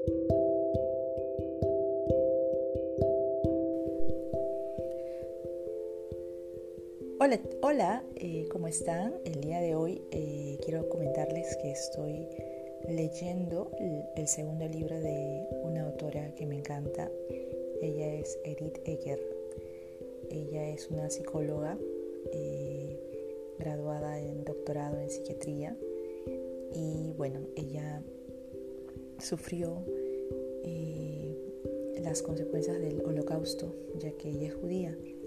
Hola, ¿cómo están? El día de hoy quiero comentarles que estoy leyendo el segundo libro de una autora que me encanta. Ella es Edith Eger. Ella es una psicóloga graduada en doctorado en psiquiatría y bueno, ella sufrió las consecuencias del Holocausto, ya que ella es judía.